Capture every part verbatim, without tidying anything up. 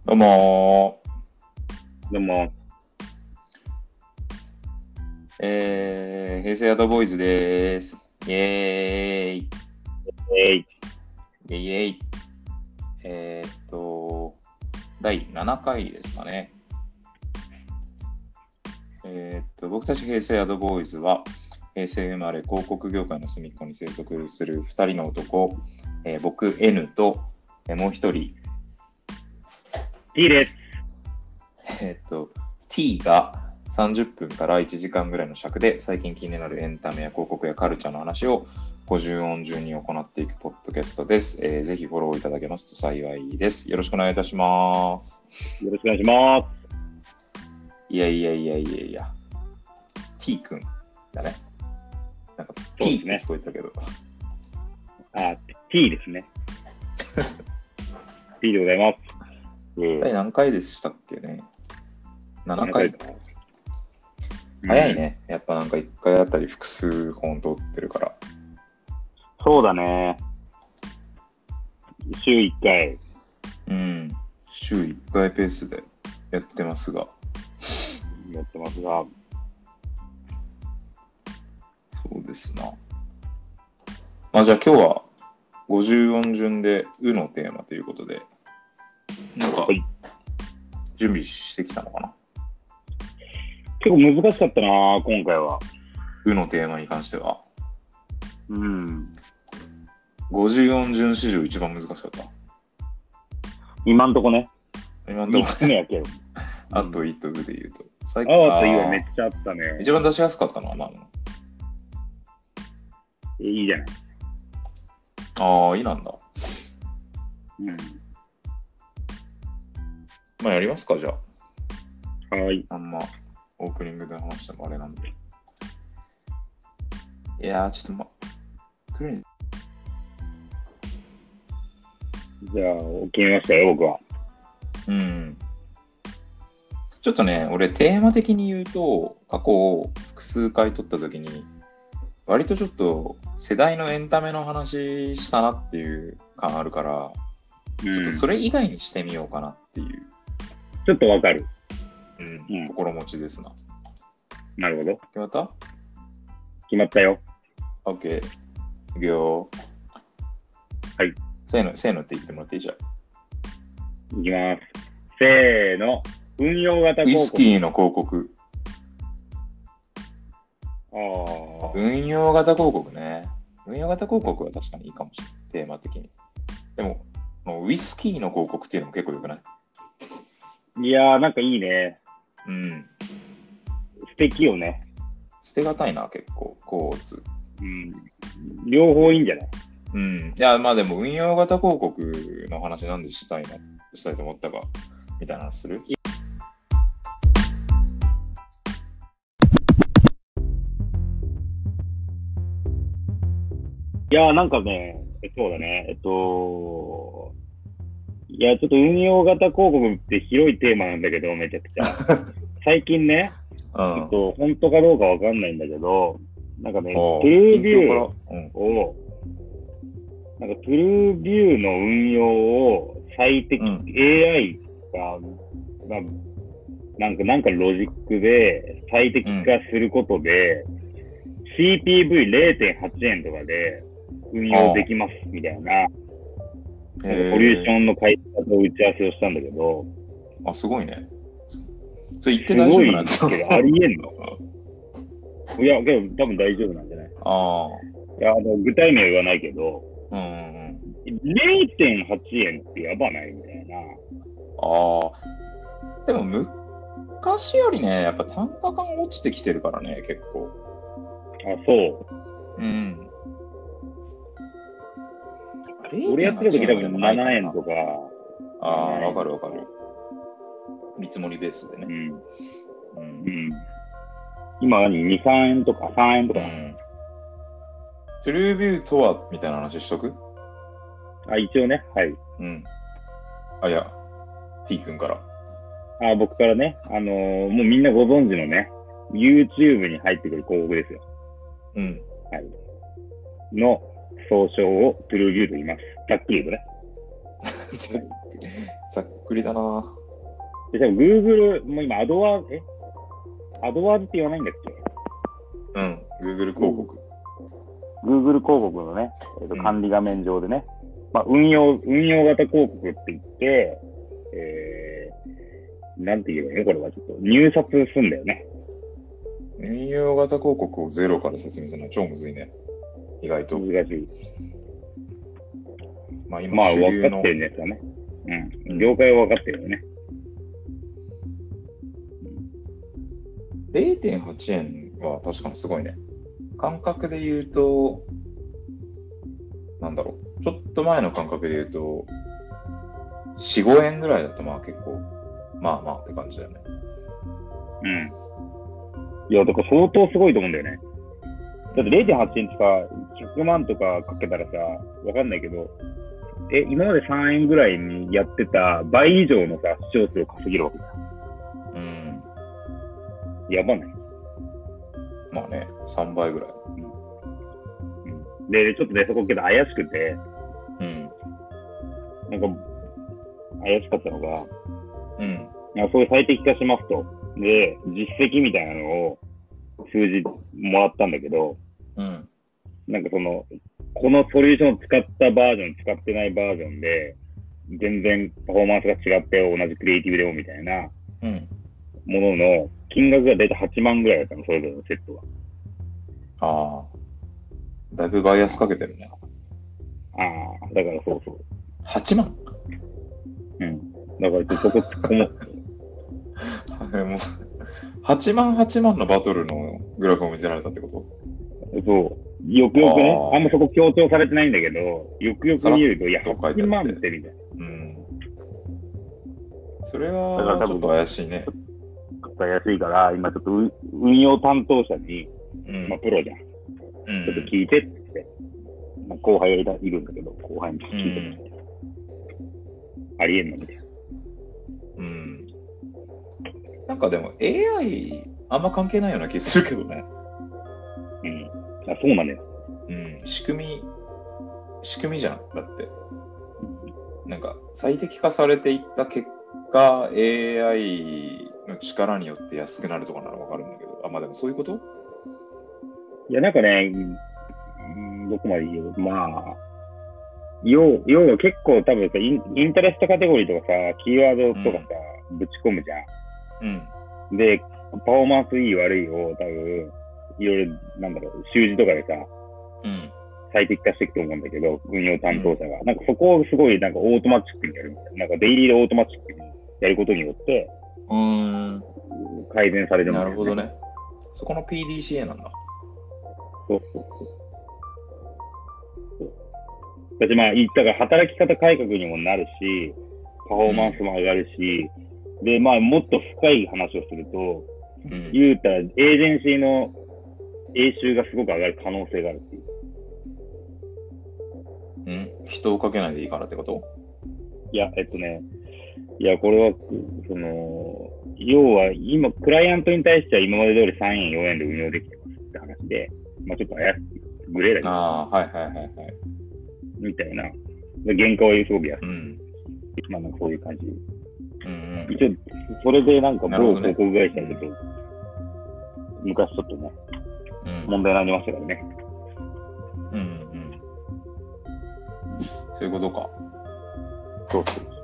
どうもどうも、 ー、えー、平成アドボーイズでーす。イェーイ、 えい、 イェイイェイ。えーっと、だいななかいですかね。えーっと、僕たち平成アドボーイズは、平成生まれ広告業界の隅っこに生息するふたりの男、えー僕 N と、えーもう一人、 T です。 えーっと、T がさんじゅっぷんからいちじかんぐらいの尺で最近気になるエンタメや広告やカルチャーの話をごじゅう音順に行っていくポッドキャストです。えーぜひフォローいただけますと幸いです。よろしくお願いいたします。 よろしくお願いしまいやいやいやいやいや、T 君だね。なんかそう P ですねって聞こえたけど。 す。あ、T ですね。T でございます。うん第何回でしたっけね。ななかい。 か。 早いね。やっぱなんかいっかいあたり複数本通ってるから。 そうだね。週いっかい。 うん。週いっかいペースでやってますが。 やってますが、 そうですな。まあじゃあ今日はごじゅう音順で「う」のテーマということで、なんかはい準備してきたのかな。 結構難しかったな、今回は。 「う」のテーマに関しては。 うん。 ごじゅう音順史上一番難しかった。 今んとこね。みっ今のとこつめやけど。 あと「い」と「う」で言うと。最ああといいわ、めっあちゃあったね。 ー一番出しやすかったのは何なの？ いいじゃない。 ああ、「い」なんだ。 うん。 まあやりますか、じゃあ。 はい。 あんまオープニングで話してもあれなんで。いやー、ちょっとまあ、とりあえず、 じゃあ、決めましたよ、僕は。 うん。ちょっとね、俺テーマ的に言うと、過去を複数回撮ったときに、割とちょっと世代のエンタメの話したなっていう感あるから、ちょっとそれ以外にしてみようかなっていう、 ちょっとわかる。 うんうん心持ちですな。 なるほど。 決まった？ 決まったよ。 OK。いくよ。 はい。 せーの、せーのって言ってもらっていいじゃん。 いきます。せーの。運用型ウイ広告。 スキーの広告。 ああ。 運用型広告ね。運用型広告は確かにいいかもしれない。テーマ的に。でも、もうウイスキーの広告っていうのも結構良くない？ いやー、なんかいいね。 うん。 素敵よね。 捨てがたいな、結構。コーツ。 うん。両方いいんじゃない？ うん。いや、まあでも運用型広告の話なんでしたいな、したいと思ったか、みたいな話する？ いやー、なんかね、そうだね。えっと、いや、ちょっと運用型広告って広いテーマなんだけど、めちゃくちゃ。最近ね、 うん。 えっと、本当かどうかわかんないんだけど、なんかね、 おトゥルービュー近況から。うん。 を、なんかトゥルービューの運用を最適、 うんエーアイが、まあ、なんか、なんかロジックで最適化することで、シーピーブイれいてんはち 円とかで運用できますみたいな、なんかソリューションの開発を打ち合わせをしたんだけど、 あ、すごいね。それ言ってすごい大丈夫なんですけど、ありえんの？いや、けど多分大丈夫なんじゃない？ あいや、あの具体名は言わないけど、 あ。うんうんうん。 れいてんはち 円ってやばないみたいな。 ああ。でも昔よりね、やっぱ単価感落ちてきてるからね、結構。 あ、そう。 うん。 俺やってる時多分ななえんか。 とか。 ああ、わかるわかる。見積もりベースでね。 うん。 うんうん。今何 ?に、さんえんとかさんえんとか。 うん。トゥルービューとはみたいな話しとく？ あ、一応ね。はい。 うん。あ、いや、T 君から。 あ、僕からね。あのーもうみんなご存知のね、YouTube に入ってくる広告ですよ。 うん。 はい。の総称をトゥルービューと言います。ざっくりとね。 ざっくりだな。 で、多分 Google、もう今、アドワーズ、えアドワーズって言わないんだっうん、Google 広告。 け？ Google 広告のね、えーと、管理画面上でね、うん、まあ、運用、運用型広告って言って、えー、なんて言えばいいのこれはちょっと入札すんだよね。 運用型広告をゼロから説明するのは超むずいね。意外と。 難しい。 まあ今、 まあ分かってるんですよね。うん。業界は分かってるよね。 れいてんはちえんは確かにすごいね。感覚で言うと、なんだろう。ちょっと前の感覚で言うと、よん、ごえんぐらいだとまあ結構、まあまあって感じだよね。 うん。いや、だから相当すごいと思うんだよね。だって れいてんはちえんとかひゃくまんとかかけたらさ、わかんないけど、え、今までさんえんぐらいにやってた倍以上のさ、視聴数を稼げるわけじゃん。うん。やばない？ まあね、さんばいぐらい。 うん。で、ちょっとね、そこけど怪しくて、 うん。 なんか、怪しかったのが、 うん。 なんかそういう最適化しますと。で、実績みたいなのを数字もらったんだけど、 うん。 なんかその、このソリューションを使ったバージョン、使ってないバージョンで、全然パフォーマンスが違って同じクリエイティブでもみたいなものの金額がだいたいはちまんぐらいだったの、それぞれのセットは。ああ。だいぶバイアスかけてるね。 ああ、だからそうそう。 はちまん？ うん。だからそこ突っ込ももうはちまんはちまんのバトルのグラフを見せられたってこと？ そう。よくよくね、あんまそこ強調されてないんだけど、よくよく見ると、いや、はちまんってみたいな。うん。 それはちょっと怪しいね。 ちょっと怪しいから、今ちょっと運用担当者に、うん、まあプロじゃん。うん、ちょっと聞いてって、まあ、後輩がいるんだけど、後輩に聞いてって、うん、ありえんのみたいな。 うん。なんかでも エーアイ あんま関係ないような気するけどね。 うん。あ、そうなんだよ。 うん。仕組み、仕組みじゃん。だって。なんか最適化されていった結果、エーアイ の力によって安くなるとかならわかるんだけど。あ、まあでもそういうこと？ いや、なんかね、どこまで言う？まあ、要、要は結構多分さイン、インタレストカテゴリーとかさ、キーワードとかさ、うん、ぶち込むじゃん。うん。で、パフォーマンスいい悪いを多分、いろいろ、なんだろう、習字とかでさ、うん。最適化していくと思うんだけど、運用担当者が。うん、なんかそこをすごいなんかオートマチックにやるみたいな。なんかデイリーでオートマチックにやることによって、うーん。改善されるみたいな、ね。なるほどね。 そこの ピーディーシーエー なんだ。 そうそうそう。私まあ言ったから働き方改革にもなるし、パフォーマンスも上がるし、うん、で、まあもっと深い話をすると、うん、言うたらエージェンシーの営収がすごく上がる可能性があるっていう。 うん、人をかけないでいいからってこと？ いや、えっとね、いや、これは、その、要は今、クライアントに対しては今まで通りさんえん、よえんで運用できてますって話で、まあちょっと怪しい、グレーだけど。 ああ、はいはいはいはい。 みたいな。原価はすごく安い。うん、まあなんかそういう感じ。うんうん、一応、それでなんか某広告会社だけど、ね、昔ちょっとね、うん、問題になりましたからね。 うんうん。そういうことか。 そうそうそう。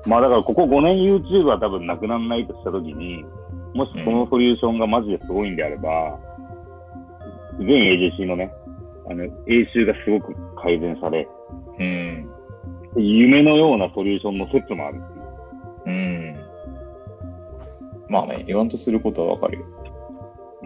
まあだからここごねん YouTube は多分なくならないとしたときに、もしこのソリューションがマジですごいんであれば、うん、全エージェンシーのね、あの、営収がすごく改善され、うん、夢のようなソリューションの説もあるっていう。 うん。まあね、言わんとすることはわかるよ。うん。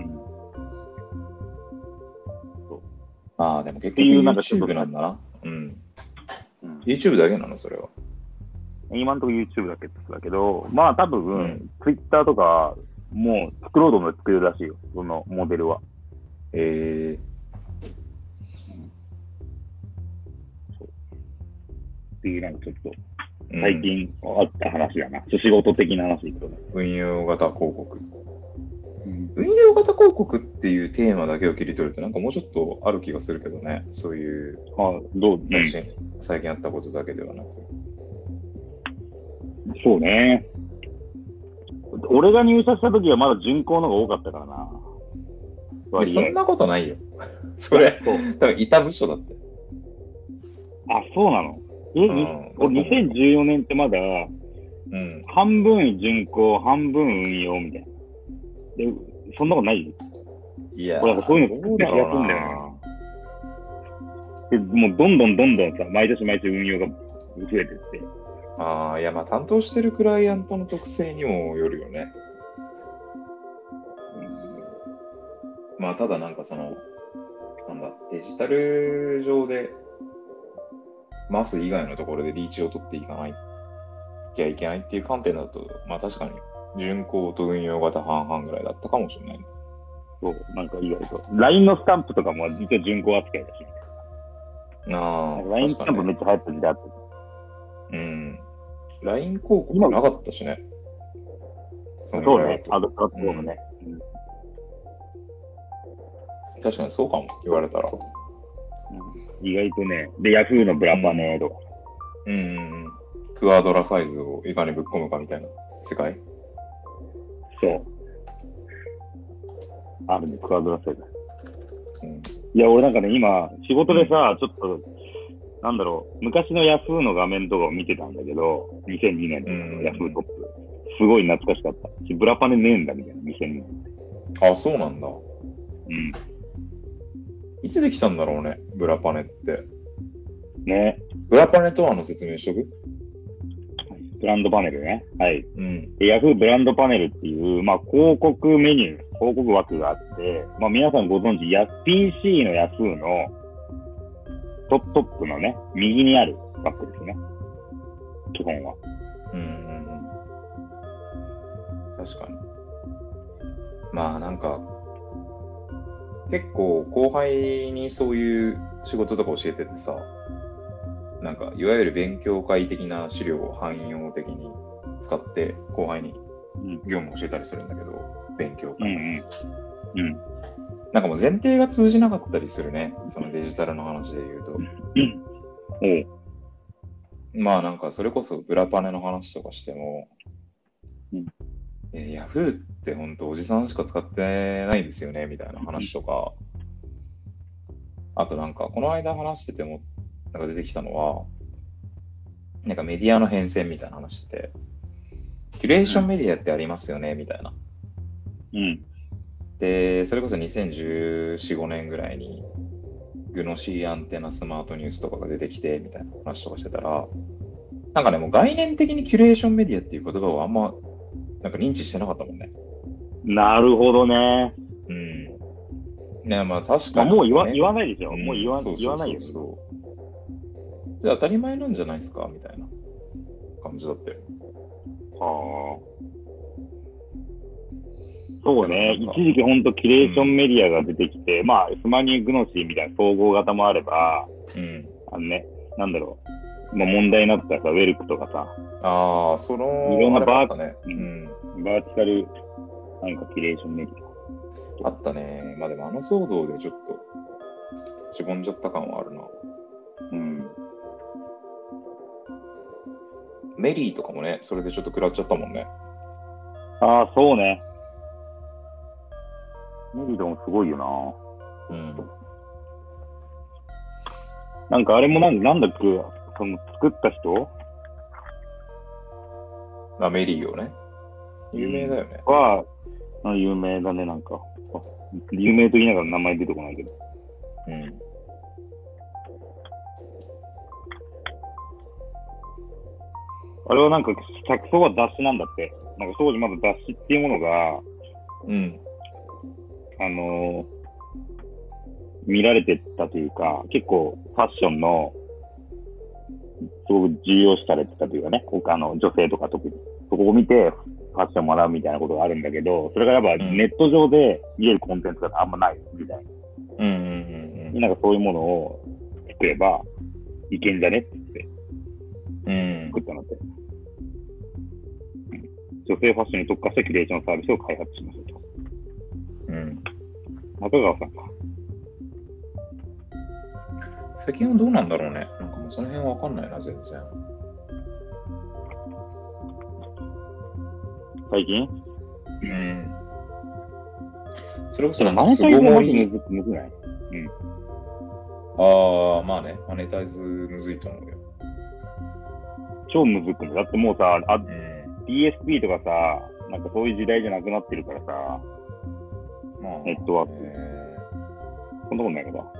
そう。ああ、でも結局 YouTube なんだな。うん。うん、YouTube だけなのそれは。 今のところ YouTube だけだけど、まあ多分、うん、Twitter とかもう作ろうと思って作れるらしいよ、そのモデルは。 えー。 っていうなんかちょっと最近あった話だな。うん、仕事的な話いくとね。 運用型広告、うん。運用型広告っていうテーマだけを切り取るとなんかもうちょっとある気がするけどね。そういう、 あどう最近、うん、最近あったことだけではなく。 そうね。 俺が入社した時はまだ巡航の方が多かったからな。割合そんなことないよ。それ、 そう多分いた部署だって。 あ、そうなのえ、 うんに俺にせんじゅうよねんってまだ、 うん。 半分巡航、半分運用みたいな。で、そんなことないいやー、 俺なんかそういうのどうだろう気がするんだよね。で、もうどんどんどんどんさ、毎年毎年運用が増えてって。 な。ああ、いや、まあ担当してるクライアントの特性にもよるよね。まあ、ただなんかその、なんだ、デジタル上で、マス以外のところでリーチを取っていかないきゃいけないっていう観点だと、まあ確かに、巡航と運用型半々ぐらいだったかもしれない。 そう、なんか意外と。ライン のスタンプとかも実は巡航扱いだし。 ああ、 ライン スタンプめっちゃ流行った時代あった。 うん。ライン 広告なかったしね。 そうね。アドプラットフォームね、うん。 確かにそうかも、言われたら。 うん、意外とね。で、ヤフーのブラパネとか。 うんうんうん。クワドラサイズをいかにぶっ込むかみたいな世界。 そう。あるね、クワドラサイズ。 うん、 いや、俺なんかね、今、仕事でさ、うん、ちょっと、なんだろう、昔のヤフーの画面とかを見てたんだけど、にせんにねんのヤフートップ。すごい懐かしかった。ブラパネねえんだみたいな、にせんにねん。 あ、そうなんだ。 うん。 いつできたんだろうね、ブラパネって。 ね。 ブラパネとはの説明しとく？ ブランドパネルね。はい。 うん。 ヤフーブランドパネルっていう、まあ、広告メニュー、広告枠があって、まあ、皆さんご存知、や ピーシー のヤフーのトットップのね、右にある枠ですね。基本は。 うんうんうん。確かに。まあなんか、結構後輩にそういう仕事とか教えててさ、なんかいわゆる勉強会的な資料を汎用的に使って後輩に業務を教えたりするんだけど、うん、勉強会。 うんうん。うん。 なんかもう前提が通じなかったりするね、そのデジタルの話で言うと。 うん。 まあなんかそれこそブラパネの話とかしても、 うん、 えー、ヤフーって本当おじさんしか使ってないんですよねみたいな話とか、あとなんかこの間話しててもなんか出てきたのは、なんかメディアの変遷みたいな話してて、キュレーションメディアってありますよね、うん、みたいな。 うん。 で、それこそにせんじゅうよん、ごねんぐらいにグノシーアンテナスマートニュースとかが出てきてみたいな話とかしてたら、なんかね、もう概念的にキュレーションメディアっていう言葉をあんまなんか認知してなかったもんね。 なるほどね。 うん。ね、まあ確かに、 ね、まあ、もう言わ言わないでしょ。うん、もう言わそうそうそうそう言わないよ。 じゃあ当たり前なんじゃないですかみたいな感じだったよ。 はあ。そうね。一時期ほんとキュレーションメディアが出てきて、うん、まあ、スマニーグノシーみたいな総合型もあれば、 うん。 あのね、なんだろう。まあ問題になったらさ、ウェルクとかさ。 ああ、その、 いろんなバー、 ね、うん、 バーチカル、なんかキュレーションメディア。あったね。まあでもあの騒動でちょっと、しぼんじゃった感はあるな。 うん。 メリーとかもね、それでちょっと食らっちゃったもんね。 ああ、そうね。メリーともすごいよな。 うん。 なんかあれもなんなんだっけ、その作った人あ、メリーをね。有名だよね。 は、あ、有名だね、なんか。有名と言いながら名前出てこないけど。 うん。 あれはなんか、着想は雑誌なんだって。なんか当時まだ雑誌っていうものが、 うん。 あのー、見られてたというか、結構ファッションの、すごく重要視されてたというかね、他の女性とか特に。そこを見て、ファッションを学ぶみたいなことがあるんだけど、それがやっぱネット上で見れるコンテンツがあんまないみたいな。 うんうんうんうん。 なんかそういうものを作ればいけんじゃねって言って、うん、作ったのって。女性ファッションに特化したキュレーションサービスを開発しましたと。 うん。 中川さんか。 最近はどうなんだろうね。なんかもうその辺はわかんないな、全然。 最近うん。それこそただ、 なんか巣マネタイズがごもり、 マジむずむずない？うん。 ああ、まあね、マネタイズむずいと思うよ。 超むずくない？だってもうさ、あ、 うん。 ディーエスピー とかさ、なんかそういう時代じゃなくなってるからさ、 まあネットワーク。 ね。 そんなことないのか。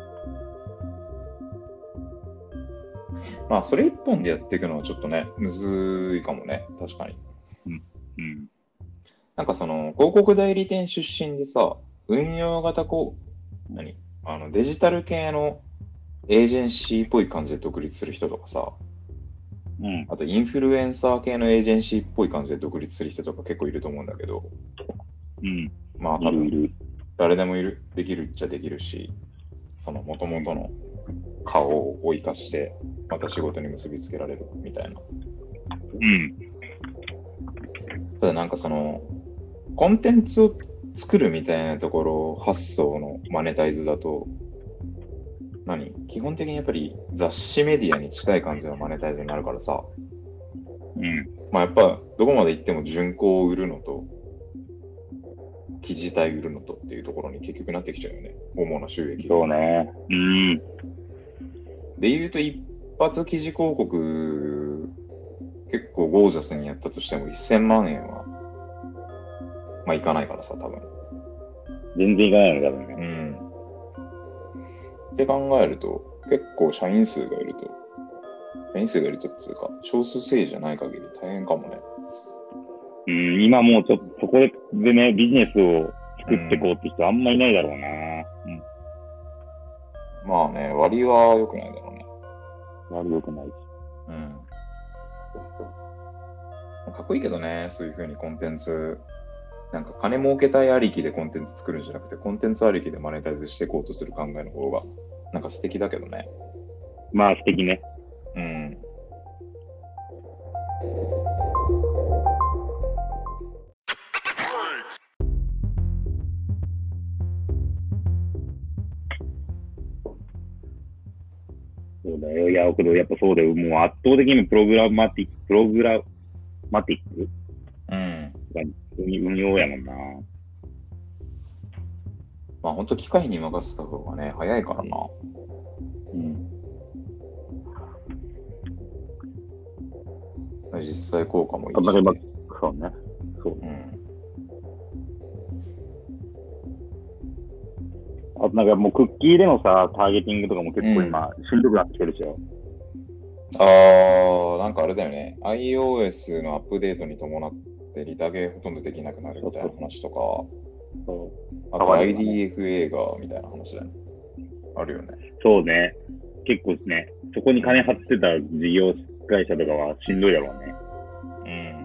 まあ、それ一本でやっていくのはちょっとね、むずいかもね。確かに。 うん。うん。 なんかその、広告代理店出身でさ、運用型こう、何あの、デジタル系のエージェンシーっぽい感じで独立する人とかさ、 うん。 あとインフルエンサー系のエージェンシーっぽい感じで独立する人とか結構いると思うんだけど、 うん。 まあ多分、 いるいる。 誰でもいる、できるっちゃできるし、その元々の顔を生かして、また仕事に結びつけられるみたいな。 うん。 ただなんかその、コンテンツを作るみたいなところ発想のマネタイズだと、何基本的にやっぱり雑誌メディアに近い感じのマネタイズになるからさ、 うん。 まあやっぱどこまで行っても順行を売るのと、記事体売るのとっていうところに結局なってきちゃうよね。主な収益が。 そうね。うん。 で言うと一発記事広告結構ゴージャスにやったとしてもせんまん円は、まあいかないからさ、多分。 全然いかないのだろうね。 うん。って考えると、結構社員数がいると、社員数がいるとっつうか、少数制じゃない限り大変かもね。 うん、今もうちょっとそこででね、ビジネスを作っていこううん。 って人あんまいないだろうな。 まあね、割は良くないだろうね。 うん。悪くないし。 うん。かっこいいけどね、そういう風にコンテンツ、なんか金儲けたいありきでコンテンツ作るんじゃなくて、コンテンツありきでマネタイズしていこうとする考えの方が、なんか素敵だけどね。 まあ素敵ね。 うん。 そうだよ。いや、けどやっぱそうだよ。もう圧倒的にプログラマティック、プログラマティックうん。 が運用やもんな。 まあ本当機械に任せた方がね、早いからな。 うん。 実際効果もいいし。 例えば、そうね。そう。 うん。 あとなんかもうクッキーでのさ、ターゲティングとかも結構うん。 今、しんどくなってきてるでしょ。 あー、なんかあれだよね。iOS のアップデートに伴ってリタゲーほとんどできなくなるみたいな話とか、 そう。 あと変わるよね。 アイディーエフ 映画みたいな話だよね。あるよね。 そうね。結構ね、そこに金張ってた事業会社とかはしんどいだろうね。 うん。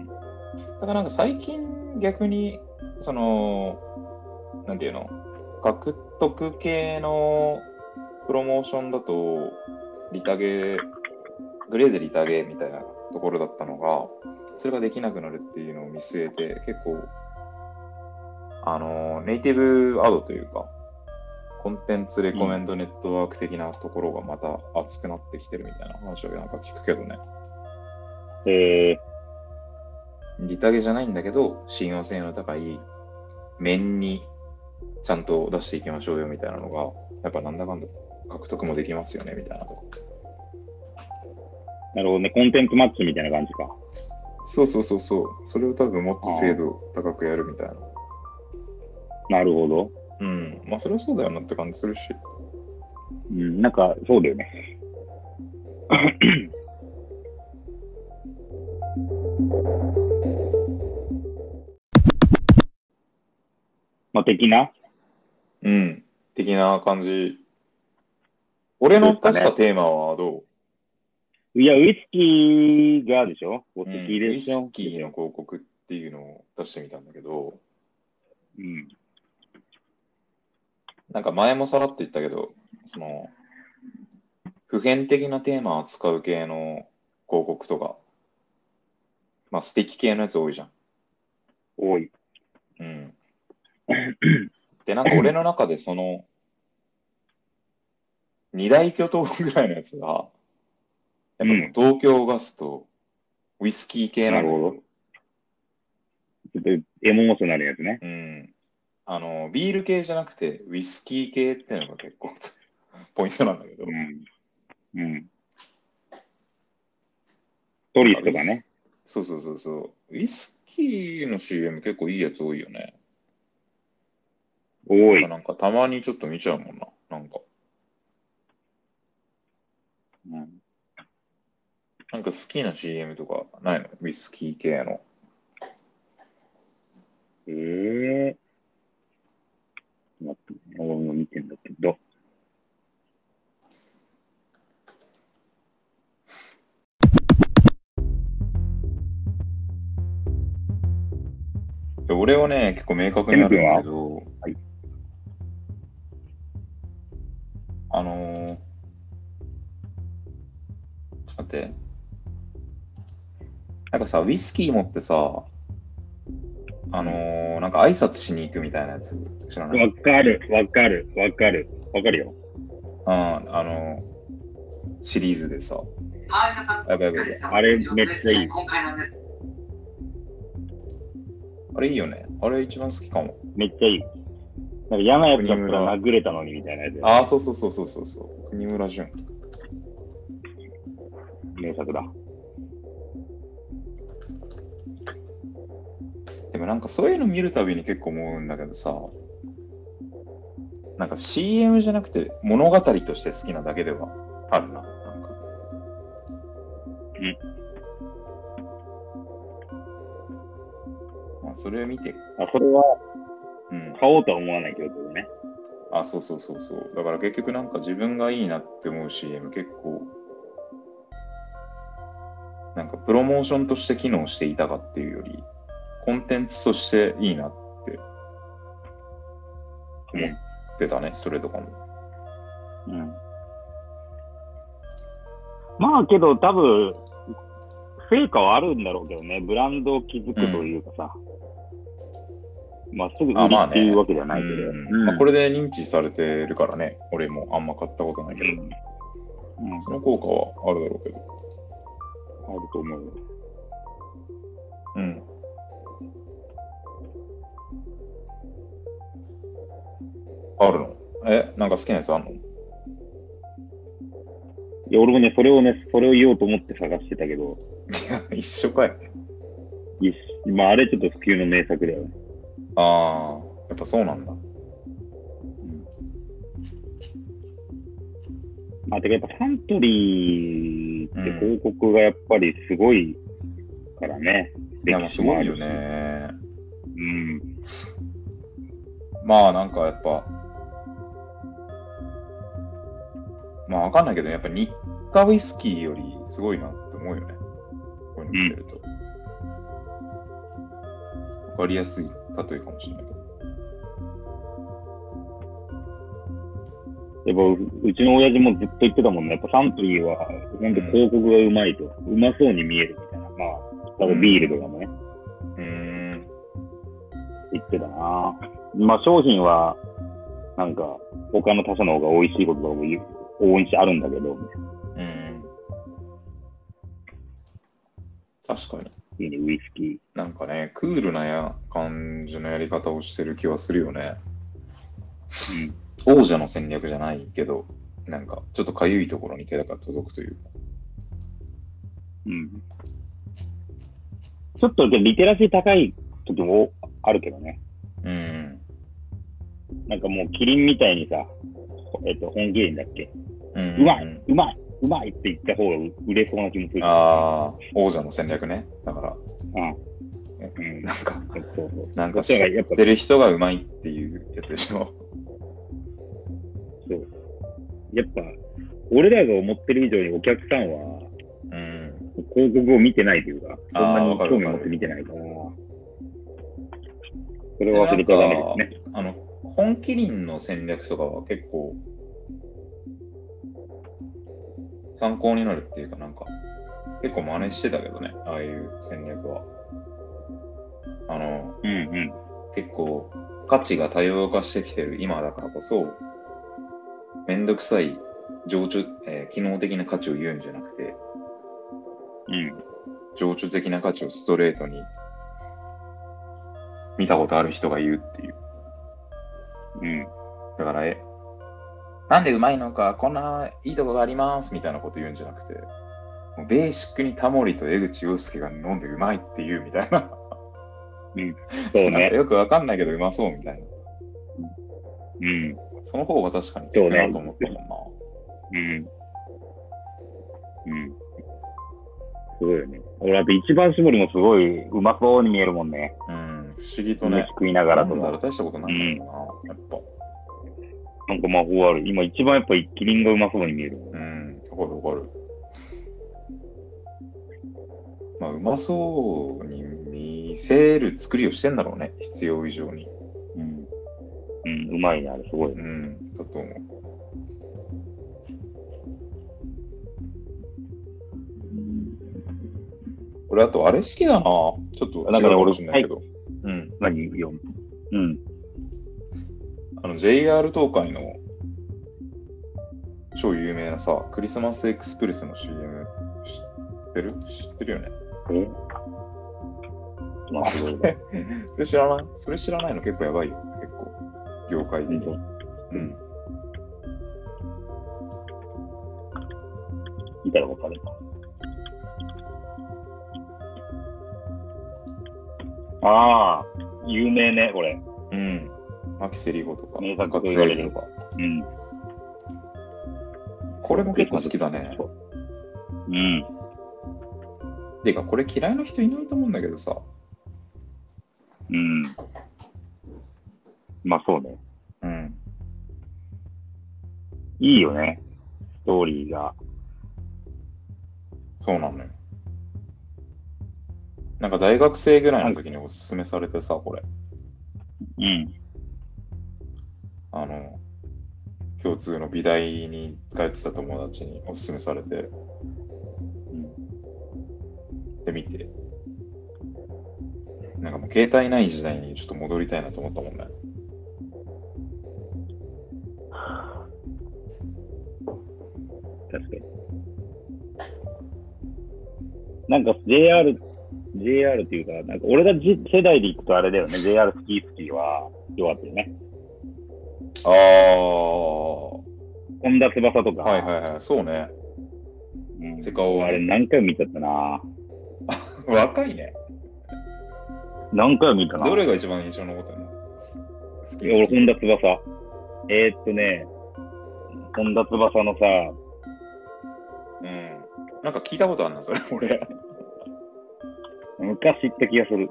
だからなんか最近逆に、その、なんていうの、獲得系のプロモーションだと、リタゲー、とりあえずリタゲーみたいなところだったのが、それができなくなるっていうのを見据えて、結構、あの、ネイティブアドというか、コンテンツレコメンドネットワーク的なところがまた熱くなってきてるみたいな話をなんか聞くけどね。 えリタゲじゃないんだけど、信用性の高い面にちゃんと出していきましょうよみたいなのが、やっぱなんだかんだ獲得もできますよねみたいなとこ。 ー、なるほどね。コンテンツマッチみたいな感じか。 そうそうそうそう。それを多分もっと精あ度高くやるみたいな。 あ、なるほど。 うん。まあそれはそうだよなって感じするし。 うん、なんか、そうだよね。まあ、的なうん。的な感じ。俺の出したですかね。 テーマはどいや、ウイスキーがでしょ？お好う？うん。ウイきでしょ？ スキーの広告っていうのを出してみたんだけど、 うん。 なんか前もさらっと言ったけど、その、普遍的なテーマを扱う系の広告とか、まあ素敵系のやつ多いじゃん。 多い。 うん。で、なんか俺の中でその、二大巨頭ぐらいのやつが、やっぱもううん。 東京ガスとウイスキー系なんだけど、 なるほど。 ちょっとエモーショナルなやつね。 うん。あの、ビール系じゃなくて、ウイスキー系っていうのが結構ポイントなんだけど。 うん。うん。トリスとかね。 そうそうそうそう。ウイスキーの シーエム 結構いいやつ多いよね。 多い。 なんかたまにちょっと見ちゃうもんな。なんか。 うん。 なんか好きな シーエム とかないの？ウイスキー系の。 ええー。待って、俺も見てんだけど。 俺はね、結構明確にあるんだケム君は？ けど、 はい。 あのー、ちょっと待って。なんかさ、ウイスキー持ってさ、あのー、なんか挨拶しに行くみたいなやつ知らない？ わかる、わかる、わかる、わかるよ。 うん、あのー、シリーズでさ。やばいやばいやばい。 あれめっちゃいい。 あれいいよね。あれ一番好きかも。 めっちゃいい。なんか嫌なやつだったら殴れたのにみたいなやつ。 ああ、そうそうそうそうそうそう。国村淳。 名作だ。 でもなんかそういうの見るたびに結構思うんだけどさ、なんか シーエム じゃなくて物語として好きなだけではあるな。なんか。 うん。 まあ、それを見て。 あ、それは、 うん。 買おうとは思わないけどね。 あ、そうそうそうそう。だから結局なんか自分がいいなって思う シーエム 結構、なんかプロモーションとして機能していたかっていうより、コンテンツとしていいなって思ってたね、うん、それとかも。 うん。まあけど多分、成果はあるんだろうけどね。ブランドを築くというかさ。うん、まあすぐ売りっていうわけじゃないけど。 まあね、うんまあ、これで認知されてるからね。俺もあんま買ったことないけど。うんうん、その効果はあるだろうけど。 あると思うよ。 うん。あるの？え、なんか好きなやつあんの？いや、俺もね、それをね、それを言おうと思って探してたけど。 いや、一緒かい。 一まあ、あれちょっと普及の名作だよね。 ああ、やっぱそうなんだ。うん。 まあ、てかやっぱサントリーって広告がやっぱりすごいからね。 うん、いや、まあすごいよね。 うん。 まあなんかやっぱ、まあわかんないけど、やっぱ日課ウイスキーよりすごいなって思うよね。こういうの見てると。わ、うん、かりやすい例えかもしれないけど。 やっぱうちの親父もずっと言ってたもんね。やっぱサントリーは本当広告がうまいと、うん、うまそうに見えるみたいな。まあ、多分ビールとかもね。 うん。うん言ってたな。まあ商品は、なんか、他の他社の方が美味しいこととかも往々にしてあるんだけど。 うん。確かに。 いいね、ウイスキー。 なんかね、クールなや感じのやり方をしてる気はするよね。うん。王者の戦略じゃないけど、なんか、ちょっとかゆいところに手が届くというか。 うん。ちょっとリテラシー高い時もあるけどね。 うん。 なんかもうキリンみたいにさ、えっと、本麒麟だっけ、うん、うまいうまいうまいって言った方が売れそうな気もする。 ああ、王者の戦略ね。だから。 うん。 うん、なんか、 そうそうなんか知ってる人がうまいっていうやつでしょ。 そう。やっぱ、俺らが思ってる以上にお客さんは、うん、広告を見てないというか、そんなに興味持って見てないから、それは忘れちゃダメですね。 あの、本麒麟の戦略とかは結構、参考になるっていうか、なんか、結構真似してたけどね、ああいう戦略は。あの、 うんうん、 結構、価値が多様化してきてる今だからこそ、めんどくさい情緒、えー、機能的な価値を言うんじゃなくて、 うん、 情緒的な価値をストレートに見たことある人が言うっていう。 うん。 だから、え、なんでうまいのか、こんないいとこがありますみたいなこと言うんじゃなくて、もうベーシックにタモリと江口洋介が飲んでうまいっていうみたいな。 うん。そうね。 なんかよくわかんないけどうまそうみたいな。 うん。 その方が確かに効くなと思ったもんな。 うん。うん。すごいよね。俺、あと一番搾りもすごいうまそうに見えるもんね。 うん、不思議とね。 飯食いながらとか。 飲んだら大したことないんだろうな、やっぱ。 なんか魔法ある。今一番やっぱりキリンがうまそうに見える。 うん、わかるわかる。まあ、うまそうに見せる作りをしてんだろうね、必要以上に。 うん。うん、うまいね、あれ、すごい。 うん、だと思う。俺、あと、あれ好きだな。ちょっと、 なんかね、俺、 違うかもしれないけど。うん。 何よ。うん。 あの、ジェイアール 東海の超有名なさ、クリスマスエクスプレスの シーエム 知ってる知ってるよね。 えまあ、 それ、それ知らないそれ知らないの結構やばいよ。結構。業界的に。うん。 見たらわかる。ああ、有名ね、これ。 うん。牧瀬里穂とか、 名作中津と言われる江里とか。 うん。 これも結構好きだね。 うん。 てか、これ嫌いな人いないと思うんだけどさ。 うん。まあそうね。 うん。 いいよね。ストーリーが。 そうなのよ。なんか大学生ぐらいの時におすすめされてさ、これ。 うん。 あの、共通の美大に通ってた友達におすすめされて、 うん、 で見て、なんかもう携帯ない時代にちょっと戻りたいなと思ったもんね。 確かに。なんか ジェイアール、ジェイアール っていうか、なんか俺がじ世代で行くとあれだよね。ジェイアール 好き好きは弱ってるね。 ああ。 本田翼とか。 はいはいはい。そうね。 うん、 セカオワ、ね、 あれ何回も見ちゃったな。 若いね。 何回も見たな。 どれが一番印象に残ってるの？好き好き。俺、本田翼。えー、っとね、本田翼のさ、 うん。なんか聞いたことあるな、それ、俺。 昔言った気がする。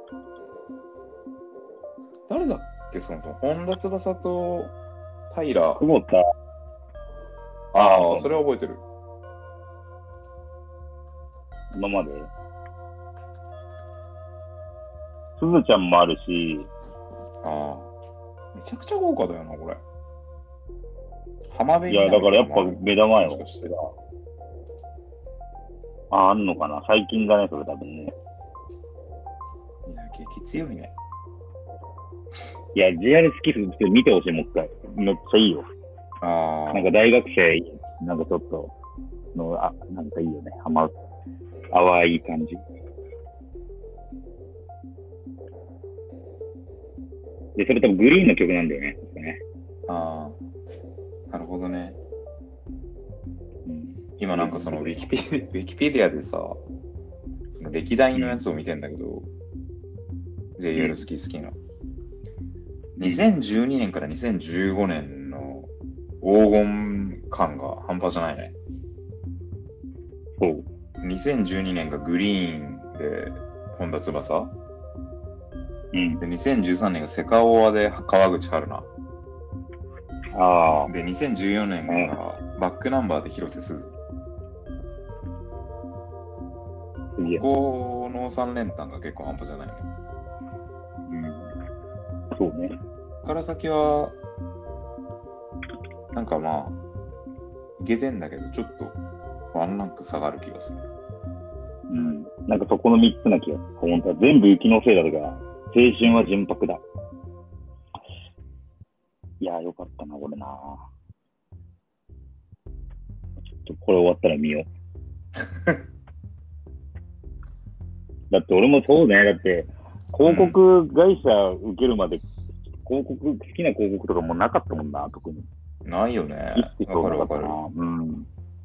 誰だっけ、そもそも。本田翼と平。 久保田。 ああ、それは覚えてる。 今まで。すずちゃんもあるし。 ああ。めちゃくちゃ豪華だよな、これ。浜辺いや、だからやっぱ目玉よ。あ、あんのかな最近だね、それ多分ね。 いや、激強いね。 いや、ジェイアール 好きすぎて見てほしい、もう一回。めっちゃいいよ。 ああ。 なんか大学生、なんかちょっと、の、あ、なんかいいよね。ハマ、淡い感じ。で、それ多分グリーンの曲なんだよね。ねああ。なるほどね。 うん、 今なんかそのウィキペディ、ウィキペディアでさ、その歴代のやつを見てんだけど、うん、ジェイアール 好き好きの。にせんじゅうにねんからにせんじゅうごねんの黄金感が半端じゃないね。 そう。 にせんじゅうにねんがグリーンで本田翼。 うん。 で、にせんじゅうさんねんがセカオワで川口春奈。 ああ。 で、にせんじゅうよねんがバックナンバーで広瀬すず。ここのさん連単が結構半端じゃないね。 うん。そうね。 から先は、なんかまあ、いけてんだけど、ちょっとワンランク下がる気がする。 うん。なんかそこのみっつな気がする。本当は全部雪のせいだとか、青春は純白だ。いやーよかったな、これな。ちょっとこれ終わったら見よう。だって俺もそうね、だって、 広告会社受けるまで、広告、好きな広告とかもなかったもんな、特に。 ないよね。 一切わかるわかる。 な。うん。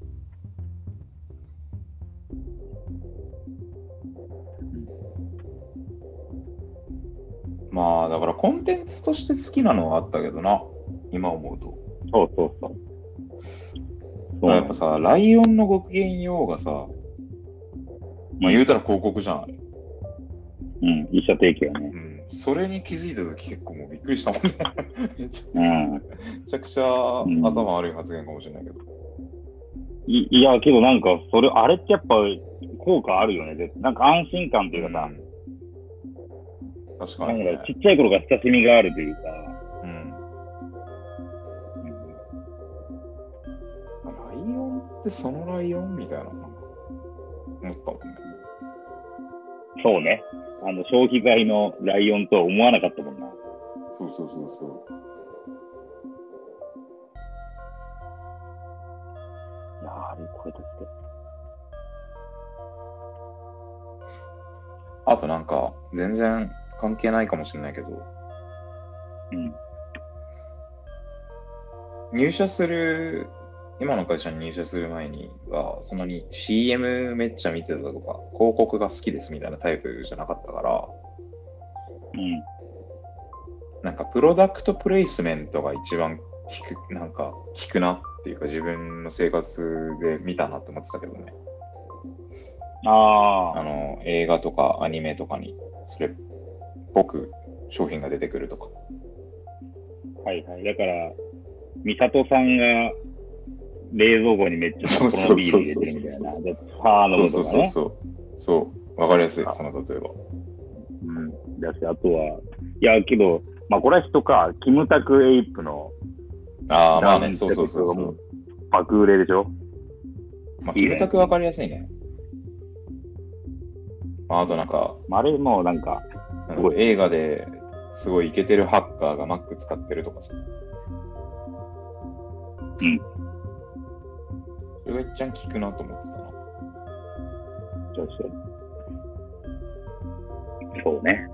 まあ、だからコンテンツとして好きなのはあったけどな。今思うと。 そうそうそう。 そうやっぱさ、ライオンのごきげんようがさ、まあ言うたら広告じゃん、あれ。 うん、一社提供ね。 うん。それに気づいたとき結構もうびっくりしたもんね。めちうん。 ゃめちゃくちゃ頭悪い発言かもしれないけど。 いいや、けどなんか、それ、あれってやっぱ効果あるよね。絶対なんか安心感というかさ、 うん確かに、ね。 なんかちっちゃい頃から親しみがあるというか、 うん。ライオンってそのライオンみたいな、なんか思ったもんね。 そうね。あの、消費財のライオンとは思わなかったもんな。 そうそうそうそう。 いやー、あれ、これだって。 あとなんか、全然関係ないかもしれないけど、 うん。 入社する、今の会社に入社する前には、そんなに シーエム めっちゃ見てたとか、広告が好きですみたいなタイプじゃなかったから、 うん。 なんかプロダクトプレイスメントが一番効く、なんか効くなっていうか自分の生活で見たなって思ってたけどね。 ああの、映画とかアニメとかにそれっぽく商品が出てくるとか。 あ、はいはい。だから、美里さんが冷蔵庫にめっちゃ札幌のビール入れてるみたいな。で、パー飲むとかね。 そうそうそうそう。そう。わかりやすい、その例えば。 うん。だし、あとは、いや、けど、まあこれは人か、キムタクエイプのああ、まあね、 ダウンそうそうそうそう。 爆売れでしょ。 まあ、キムタクわかりやすいね。まあ、あとなんか、 あれもなんか、 すごい映画ですごいイケてるハッカーが Mac 使ってるとかさ。 うん。 それが一番効くなと思ってたな。 そうそう。そうね。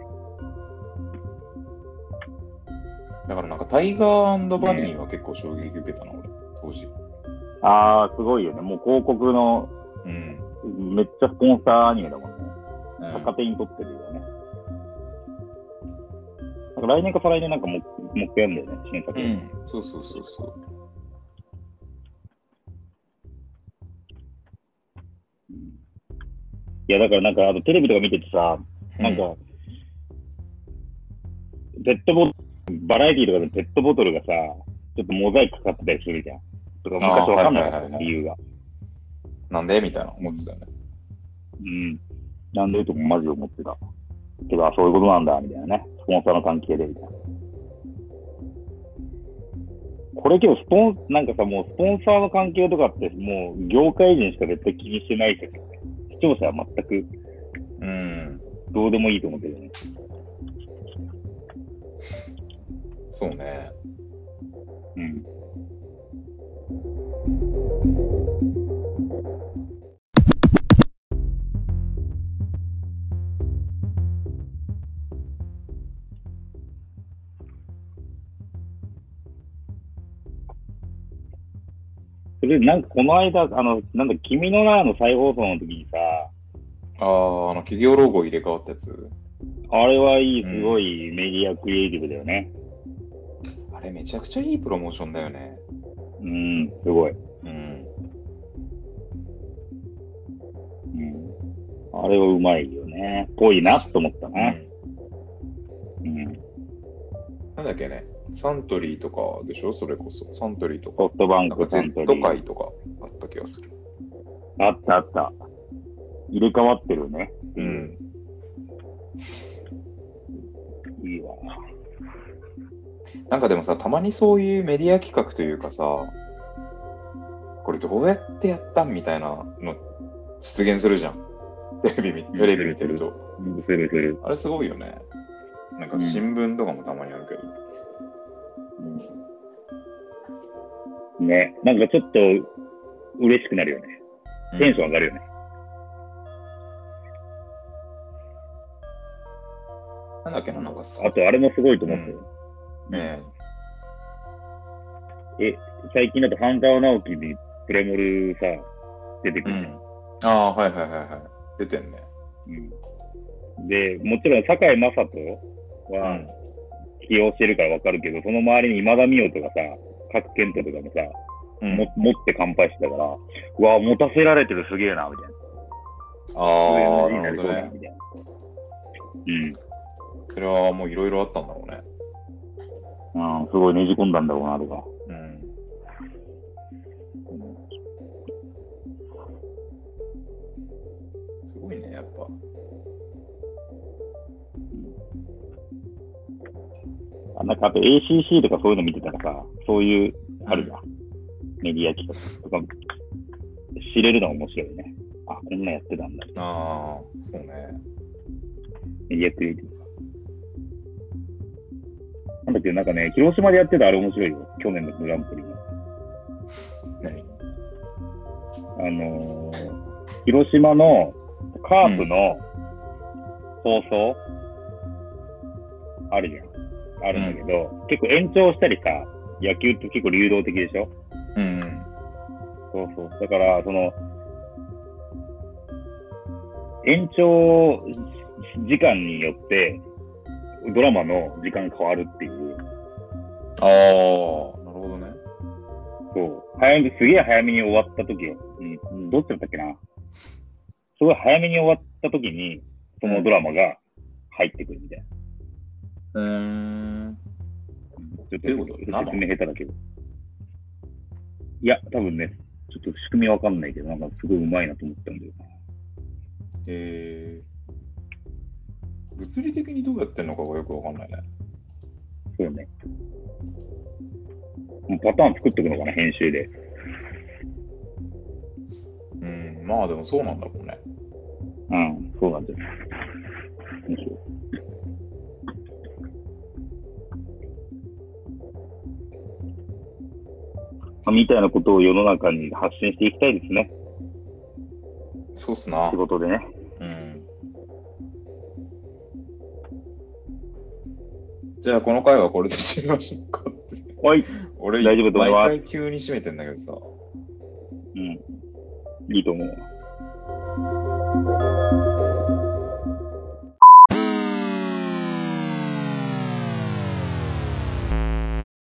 だからなんかタイガーバニーは結構衝撃受けたな、俺、当時。 ああ、すごいよね。もう広告の、 うん。 めっちゃスポンサーアニメだもんね。 うん、 逆手に取ってるよね。なんか来年か再来年なんかもう、もう一回やるんだよね、新作。 うん、そうそうそうそう。 いや、だからなんか、あとテレビとか見ててさ、なんか、ペットボトル、バラエティとかでペットボトルがさ、ちょっとモザイクかかってたりするじゃん。とか昔わかんなかったね、理由が。 なんでみたいな思ってたよね。 うん。なんでともマジで思ってた。けど、あ、そういうことなんだ、みたいなね。スポンサーの関係で、みたいな。これけど、スポン、なんかさ、もうスポンサーの関係とかって、もう業界人しか絶対気にしてないけどね。視聴者は全く、 うん。 どうでもいいと思ってるよね。 そうね。 うん。それで、なんかこの間、あの、なんだ、君の名の再放送の時にさ、 ああ、あの、企業ロゴ入れ替わったやつ。 あれはいい、すごいメディアクリエイティブだよね。 うん、あれめちゃくちゃいいプロモーションだよね。 うん、すごい。 うん。 うん。あれはうまいよね。ぽいなと思ったな。うん。うん、 なんだっけね。サントリーとかでしょそれこそ。サントリーとか。 ソフトバンク、 なんかサントリ Z ー。 会とかあった気がする。 あったあった。入れ替わってるね。 うん。 いいわ。 なんかでもさ、たまにそういうメディア企画というかさ、これどうやってやったんみたいなの出現するじゃん。テレビ見テレビ見てると。 するする。 あれすごいよね。なんか新聞とかもたまにあるけど。 うん、ね、なんかちょっと嬉しくなるよね。テンション上がるよね。 けな、なんかさ。 あと、あれもすごいと思ったよ。 うん、ねえ。え、最近だと、半沢直樹にプレモルさ、出てくえ。うる。 ん。ああ、はいはいはいはい。出てんね。 うん。で、もちろん、堺雅人はうん。 起用してるからわかるけど、その周りに今田美桜とかさ、角健人とかもさ、 うん、 も持って乾杯してたから、うわ、持たせられてるすげえな、みたいな。 ああ、 になりそうだな、 なるほどね。 みたいな。うん。 それはもういろいろあったんだろうね。 うん、すごいねじ込んだんだろうな、とか。 うん。すごいね、やっぱ。 あ、なんかあと エーシーシー とかそういうの見てたらさ、そういう、あるじゃん。メディア企画とか、知れるの面白いね。あ、こんなやってたんだ。 ああ、そうね。 メディアクリエイティブ。なんだっけ、なんかね、広島でやってたあれ面白いよ。去年のグランプリの。 何あのー、広島のカープの放送、あるじゃん。あるんだけど、うん、結構延長したりさ、野球って結構流動的でしょ。 うん。 そうそう。だから、その、延長時間によって、ドラマの時間変わるっていう。 ああ、なるほどね。 そう。早め、すげえ早めに終わった時よ。うん、どっちだったっけな。すごい早めに終わった時に、そのドラマが入ってくるみたいな。 うーん。 ちょっと説明下手だけど。いや、多分ね、ちょっと仕組みわかんないけど、なんかすごい上手いなと思ったんだよな。 へえー。物理的にどうやってんのかがよくわかんないね。 そうね。もうパターン作っておくのかな、編集で。 うん、まあでもそうなんだろうね。 うん、そうなんだよ。面白い。みたいなことを世の中に発信していきたいですね。 そうっすな。 仕事でね。 うん。じゃあこの回はこれで締めましょうか。 はい。 俺、 大丈夫と思います。 毎回急に締めてんだけどさ。 うん。いいと思う。